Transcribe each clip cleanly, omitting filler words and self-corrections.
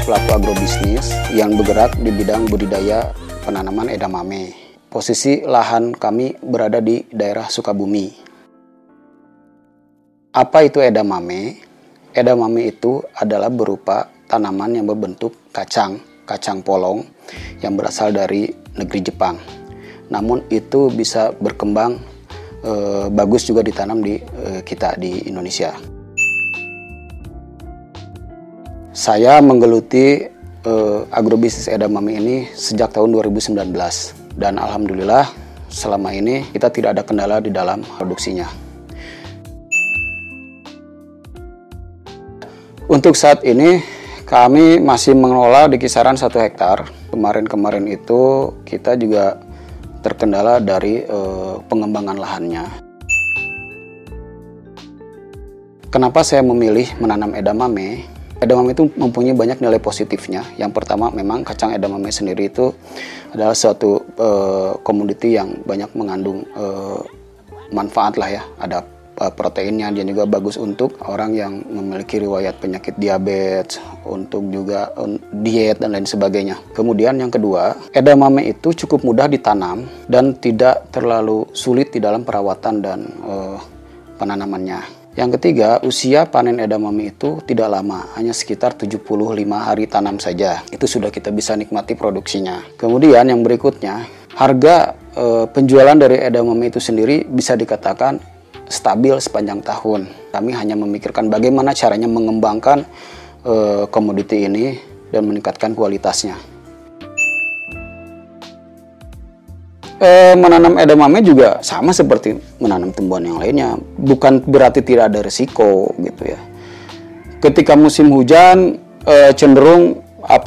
pelaku agrobisnis yang bergerak di bidang budidaya penanaman edamame. Posisi lahan kami berada di daerah Sukabumi. Apa itu edamame? Edamame itu adalah berupa tanaman yang berbentuk kacang polong yang berasal dari negeri Jepang. Namun itu bisa berkembang bagus juga ditanam di kita di Indonesia. Saya menggeluti agrobisnis edamame ini sejak tahun 2019 dan alhamdulillah selama ini kita tidak ada kendala di dalam produksinya. Untuk saat ini kami masih mengelola di kisaran 1 hektar. Kemarin itu kita juga terkendala dari pengembangan lahannya. Kenapa saya memilih menanam edamame? Edamame itu mempunyai banyak nilai positifnya. Yang pertama, memang kacang edamame sendiri itu adalah suatu komoditi yang banyak mengandung manfaat lah ya. Ada proteinnya, dan juga bagus untuk orang yang memiliki riwayat penyakit diabetes, untuk juga diet dan lain sebagainya. Kemudian yang kedua, edamame itu cukup mudah ditanam dan tidak terlalu sulit di dalam perawatan dan penanamannya. Yang ketiga, usia panen edamame itu tidak lama, hanya sekitar 75 hari tanam saja. Itu sudah kita bisa nikmati produksinya. Kemudian yang berikutnya, harga penjualan dari edamame itu sendiri bisa dikatakan stabil sepanjang tahun. Kami hanya memikirkan bagaimana caranya mengembangkan komoditi ini dan meningkatkan kualitasnya. Menanam edamame juga sama seperti menanam tumbuhan yang lainnya. Bukan berarti tidak ada risiko gitu ya. Ketika musim hujan cenderung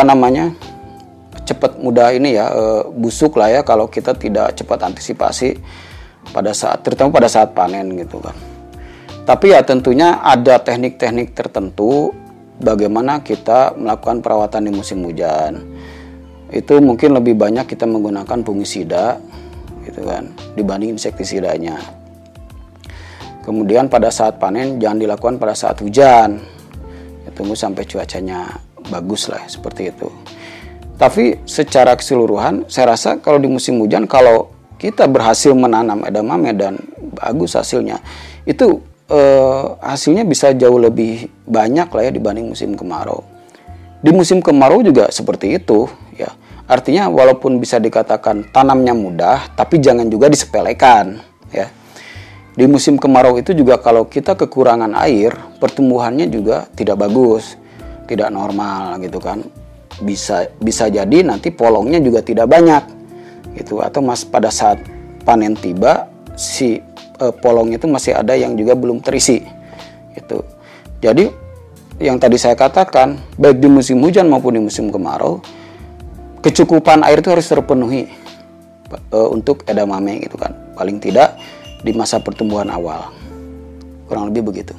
cepat mudah busuk lah ya kalau kita tidak cepat antisipasi terutama pada saat panen gitu kan. Tapi ya tentunya ada teknik-teknik tertentu bagaimana kita melakukan perawatan di musim hujan. Itu mungkin lebih banyak kita menggunakan fungisida gitu kan dibanding insektisidanya. Kemudian pada saat panen jangan dilakukan pada saat hujan. Ya, tunggu sampai cuacanya bagus lah seperti itu. Tapi secara keseluruhan saya rasa kalau di musim hujan kalau kita berhasil menanam edamame dan bagus hasilnya, itu hasilnya bisa jauh lebih banyak lah ya dibanding musim kemarau. Di musim kemarau juga seperti itu ya. Artinya walaupun bisa dikatakan tanamnya mudah, tapi jangan juga disepelekan ya. Di musim kemarau itu juga kalau kita kekurangan air, pertumbuhannya juga tidak bagus, tidak normal gitu kan. Bisa jadi nanti polongnya juga tidak banyak gitu, atau pada saat panen tiba si polongnya itu masih ada yang juga belum terisi gitu. Jadi yang tadi saya katakan, baik di musim hujan maupun di musim kemarau, kecukupan air itu harus terpenuhi untuk edamame gitu kan. Paling tidak di masa pertumbuhan awal. Kurang lebih begitu.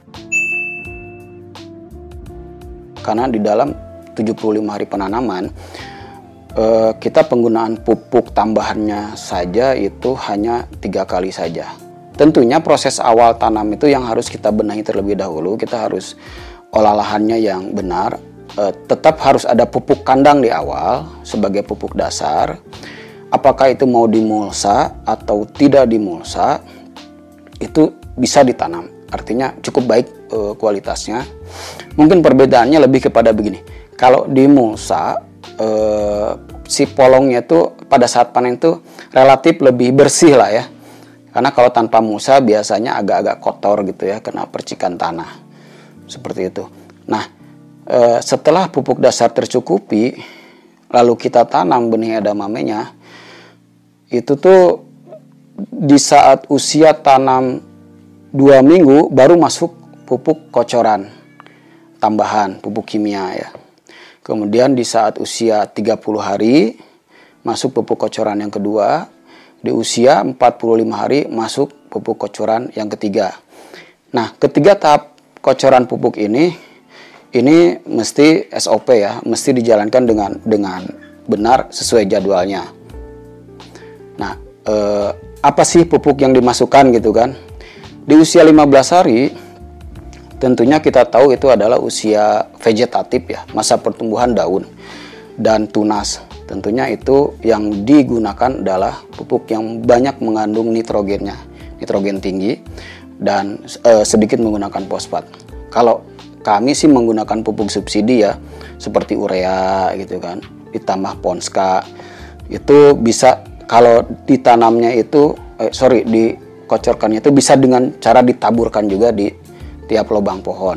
Karena di dalam 75 hari penanaman kita penggunaan pupuk tambahannya saja itu hanya 3 kali saja. Tentunya proses awal tanam itu yang harus kita benahi terlebih dahulu. Kita harus olah lahannya yang benar. Tetap harus ada pupuk kandang di awal sebagai pupuk dasar. Apakah itu mau dimulsa atau tidak dimulsa, itu bisa ditanam. Artinya cukup baik kualitasnya. Mungkin perbedaannya lebih kepada begini. Kalau dimulsa, si polongnya itu pada saat panen itu relatif lebih bersih lah ya. Karena kalau tanpa mulsa biasanya agak-agak kotor gitu ya, kena percikan tanah. Seperti itu. Nah, setelah pupuk dasar tercukupi, lalu kita tanam benih edamamenya, itu tuh di saat usia tanam 2 minggu baru masuk pupuk kocoran tambahan, pupuk kimia ya. Kemudian di saat usia 30 hari masuk pupuk kocoran yang kedua, di usia 45 hari masuk pupuk kocoran yang ketiga. Nah, ketiga tahap kocoran pupuk ini mesti SOP ya, mesti dijalankan dengan benar sesuai jadwalnya. Nah, apa sih pupuk yang dimasukkan gitu kan? Di usia 15 hari Tentunya kita tahu itu adalah usia vegetatif ya, masa pertumbuhan daun dan tunas. Tentunya itu yang digunakan adalah pupuk yang banyak mengandung nitrogennya, nitrogen tinggi, dan sedikit menggunakan fosfat. Kalau kami sih menggunakan pupuk subsidi ya, seperti urea gitu kan, ditambah Ponska. Itu bisa kalau ditanamnya itu, dikocorkannya itu bisa dengan cara ditaburkan juga di tiap lubang pohon.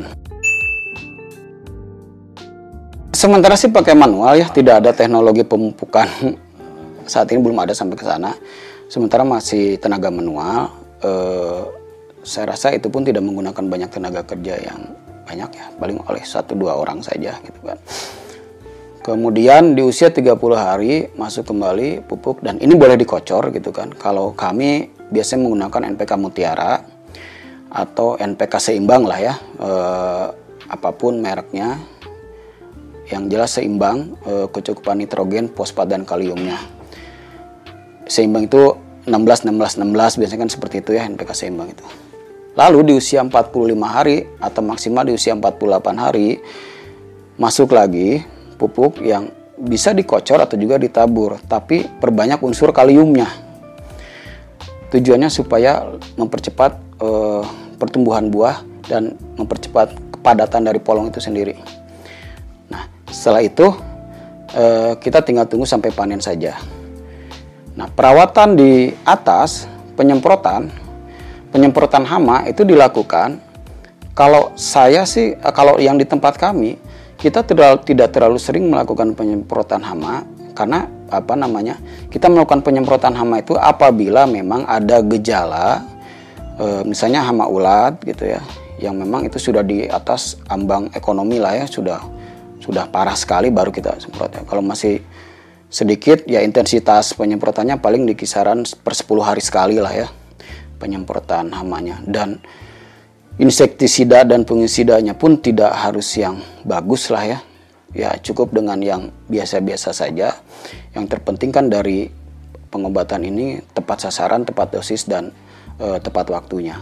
Sementara sih pakai manual ya, tidak ada teknologi pemupukan. Saat ini belum ada sampai ke sana. Sementara masih tenaga manual. Saya rasa itu pun tidak menggunakan banyak tenaga kerja yang banyak ya, paling oleh 1-2 orang saja gitu kan. Kemudian di usia 30 hari masuk kembali pupuk, dan ini boleh dikocor gitu kan. Kalau kami biasanya menggunakan NPK Mutiara atau NPK seimbang lah ya, apapun mereknya, yang jelas seimbang kecukupan nitrogen, fosfat dan kaliumnya. Seimbang itu 16 biasanya kan seperti itu ya, NPK seimbang itu. Lalu di usia 45 hari atau maksimal di usia 48 hari masuk lagi pupuk yang bisa dikocor atau juga ditabur, tapi perbanyak unsur kaliumnya. Tujuannya supaya mempercepat pertumbuhan buah dan mempercepat kepadatan dari polong itu sendiri. Nah, setelah itu kita tinggal tunggu sampai panen saja. Nah, perawatan di atas, penyemprotan hama itu dilakukan. Kalau saya sih, kalau yang di tempat kami, kita tidak terlalu sering melakukan penyemprotan hama, karena kita melakukan penyemprotan hama itu apabila memang ada gejala, misalnya hama ulat gitu ya, yang memang itu sudah di atas ambang ekonomi lah ya, sudah parah sekali, baru kita semprot ya. Kalau masih sedikit ya, intensitas penyemprotannya paling di kisaran per 10 hari sekali lah ya penyemprotan hamanya. Dan insektisida dan fungisidanya pun tidak harus yang bagus lah ya. Ya cukup dengan yang biasa-biasa saja. Yang terpenting kan dari pengobatan ini tepat sasaran, tepat dosis, dan tepat waktunya.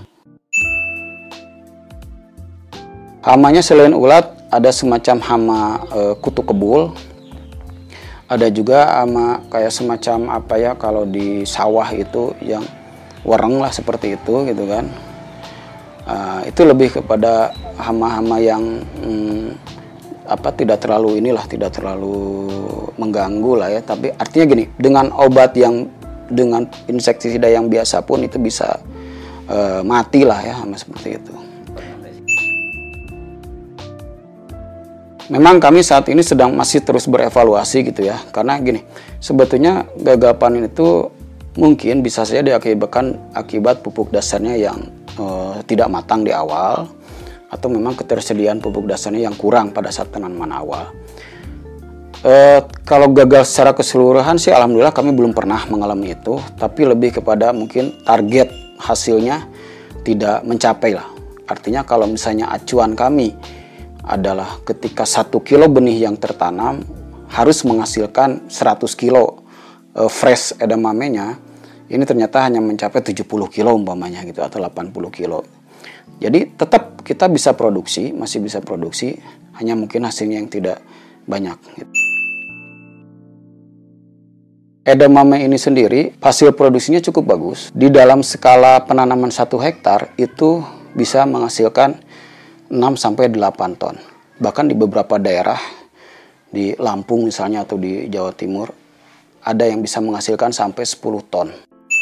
Hamanya selain ulat ada semacam hama kutu kebul. Ada juga hama kayak semacam kalau di sawah itu yang wereng lah seperti itu gitu kan. Itu lebih kepada hama-hama yang tidak terlalu mengganggu lah ya. Tapi artinya gini, dengan obat yang dengan insektisida yang biasa pun itu bisa mati lah ya hama seperti itu. Memang kami saat ini sedang masih terus berevaluasi gitu ya, karena gini, sebetulnya gagal panen itu mungkin bisa saja diakibatkan akibat pupuk dasarnya yang tidak matang di awal, atau memang ketersediaan pupuk dasarnya yang kurang pada saat tanaman awal. Kalau gagal secara keseluruhan sih alhamdulillah kami belum pernah mengalami itu, tapi lebih kepada mungkin target hasilnya tidak mencapai lah. Artinya kalau misalnya acuan kami adalah ketika 1 kilo benih yang tertanam harus menghasilkan 100 kilo fresh edamamenya, ini ternyata hanya mencapai 70 kilo umpamanya gitu, atau 80 kilo. Jadi tetap kita bisa produksi, masih bisa produksi, hanya mungkin hasilnya yang tidak banyak. Edamame ini sendiri hasil produksinya cukup bagus. Di dalam skala penanaman 1 hektar itu bisa menghasilkan 6-8 ton. Bahkan di beberapa daerah di Lampung misalnya atau di Jawa Timur ada yang bisa menghasilkan sampai 10 ton.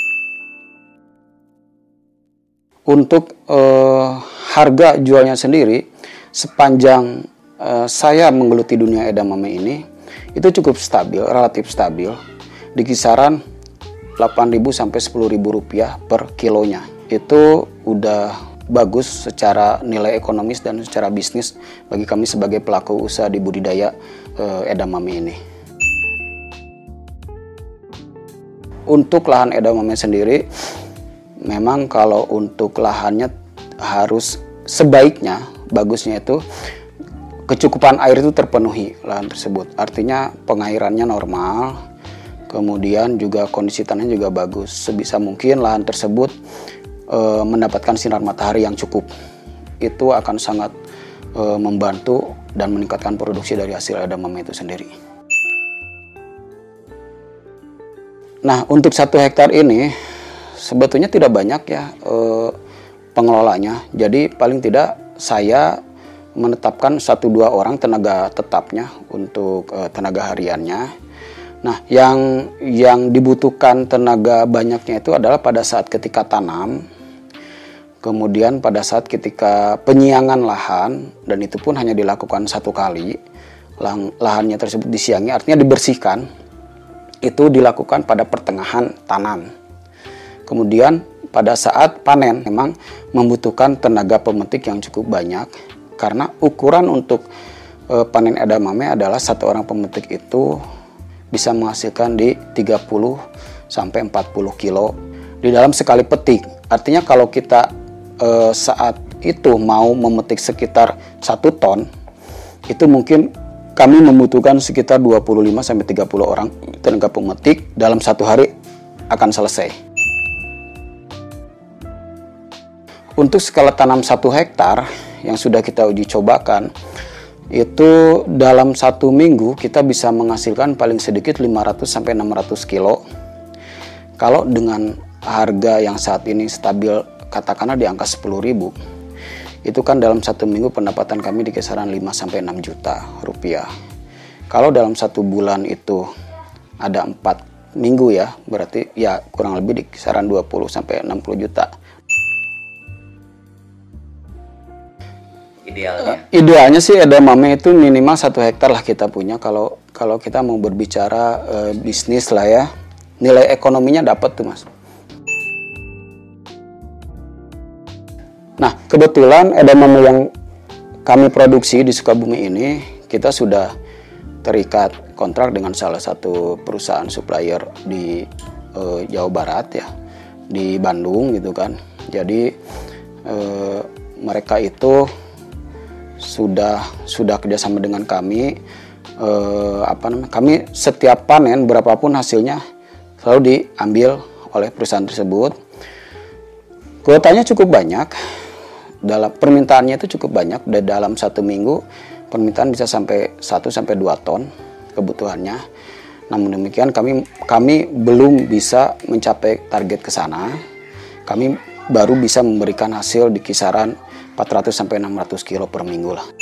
Untuk harga jualnya sendiri, sepanjang saya menggeluti dunia edamame ini, itu cukup stabil, relatif stabil, di kisaran 8.000 sampai 10.000 rupiah per kilonya. Itu udah bagus secara nilai ekonomis dan secara bisnis bagi kami sebagai pelaku usaha di budidaya edamame ini. Untuk lahan edamame sendiri, memang kalau untuk lahannya harus sebaiknya, bagusnya itu kecukupan air itu terpenuhi lahan tersebut. Artinya pengairannya normal, kemudian juga kondisi tanahnya juga bagus. Sebisa mungkin lahan tersebut mendapatkan sinar matahari yang cukup. itu akan sangat membantu dan meningkatkan produksi dari hasil edamame itu sendiri. Nah, untuk 1 hektar ini sebetulnya tidak banyak ya pengelolanya. Jadi paling tidak saya menetapkan 1-2 orang tenaga tetapnya untuk tenaga hariannya. Nah, yang dibutuhkan tenaga banyaknya itu adalah pada saat ketika tanam, kemudian pada saat ketika penyiangan lahan, dan itu pun hanya dilakukan 1 kali. Lahannya tersebut disiangi, artinya dibersihkan. Itu dilakukan pada pertengahan tanam. Kemudian pada saat panen memang membutuhkan tenaga pemetik yang cukup banyak, karena ukuran untuk panen edamame adalah 1 orang pemetik itu bisa menghasilkan di 30 sampai 40 kilo di dalam sekali petik. Artinya kalau kita saat itu mau memetik sekitar 1 ton, itu mungkin kami membutuhkan sekitar 25 sampai 30 orang tenaga pemetik dalam 1 hari akan selesai. Untuk skala tanam 1 hektar yang sudah kita uji cobakan, itu dalam 1 minggu kita bisa menghasilkan paling sedikit 500 sampai 600 kilo. Kalau dengan harga yang saat ini stabil, katakanlah di angka 10.000, itu kan dalam 1 minggu pendapatan kami di kisaran 5 sampai 6 juta rupiah. Kalau dalam 1 bulan itu ada 4 minggu ya, berarti ya kurang lebih di kisaran 20 sampai 60 juta. Idealnya sih edamame itu minimal 1 hektar lah kita punya kalau kita mau berbicara bisnis lah ya. Nilai ekonominya dapat tuh, Mas. Nah, kebetulan edamame yang kami produksi di Sukabumi ini, kita sudah terikat kontrak dengan salah satu perusahaan supplier di Jawa Barat ya, di Bandung gitu kan. Jadi mereka itu sudah kerjasama dengan kami. Kami setiap panen berapapun hasilnya selalu diambil oleh perusahaan tersebut. Kuotanya cukup banyak, dalam permintaannya itu cukup banyak. Dalam 1 minggu permintaan bisa sampai 1 sampai 2 ton kebutuhannya. Namun demikian kami belum bisa mencapai target ke sana. Kami baru bisa memberikan hasil di kisaran 400 sampai 600 kilo per minggu lah.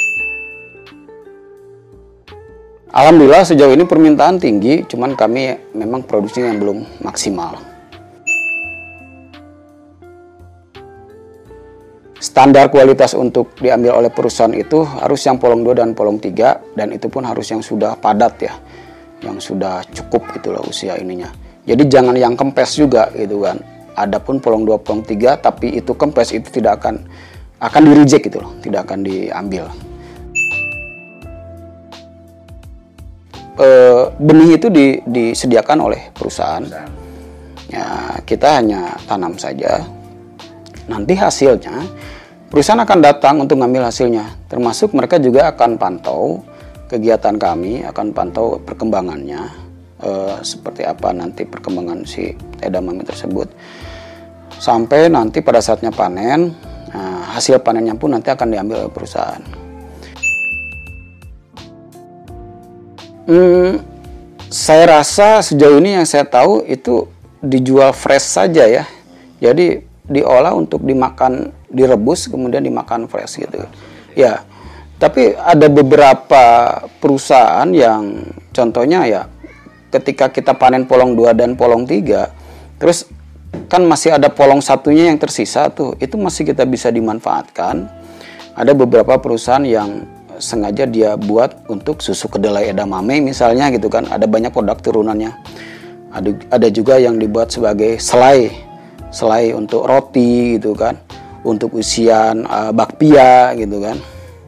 Alhamdulillah sejauh ini permintaan tinggi, cuman kami memang produksinya yang belum maksimal. Standar kualitas untuk diambil oleh perusahaan itu harus yang polong 2 dan polong 3, dan itu pun harus yang sudah padat ya, yang sudah cukup itulah usia ininya. Jadi jangan yang kempes juga gitu kan. Adapun polong 2, polong 3 tapi itu kempes, itu tidak akan di reject gitu loh, tidak akan diambil. Benih itu disediakan oleh perusahaan. Ya, kita hanya tanam saja. Nanti hasilnya perusahaan akan datang untuk mengambil hasilnya. Termasuk mereka juga akan pantau kegiatan kami, akan pantau perkembangannya, seperti apa nanti perkembangan si edamame tersebut. Sampai nanti pada saatnya panen, hasil panennya pun nanti akan diambil oleh perusahaan. Saya rasa sejauh ini yang saya tahu itu dijual fresh saja ya. Jadi diolah untuk dimakan, direbus kemudian dimakan fresh gitu. Ya, tapi ada beberapa perusahaan yang contohnya ya ketika kita panen polong 2 dan polong 3, terus kan masih ada polong 1-nya yang tersisa tuh, itu masih kita bisa dimanfaatkan. Ada beberapa perusahaan yang sengaja dia buat untuk susu kedelai edamame misalnya gitu kan. Ada banyak produk turunannya. Ada juga yang dibuat sebagai selai untuk roti gitu kan, untuk isian bakpia gitu kan.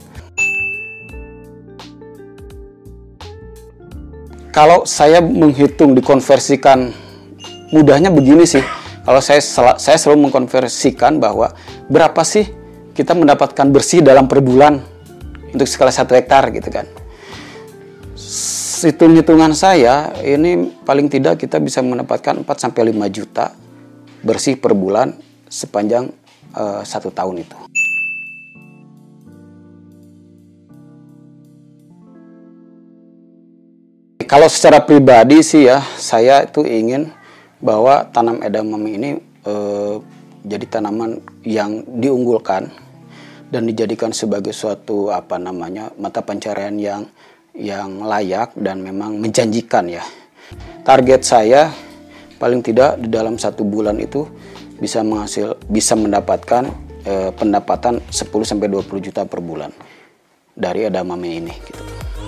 Kalau saya menghitung dikonversikan, mudahnya begini sih. Kalau saya selalu mengkonversikan bahwa berapa sih kita mendapatkan bersih dalam per bulan untuk skala 1 hektar gitu kan. Hitung-hitungan saya ini paling tidak kita bisa mendapatkan 4 sampai 5 juta bersih per bulan sepanjang 1 tahun itu. Kalau secara pribadi sih ya, saya itu ingin bahwa tanam edamame ini jadi tanaman yang diunggulkan dan dijadikan sebagai suatu mata pencaharian yang layak dan memang menjanjikan ya. Target saya paling tidak di dalam 1 bulan itu bisa mendapatkan pendapatan 10-20 juta per bulan dari edamame ini gitu.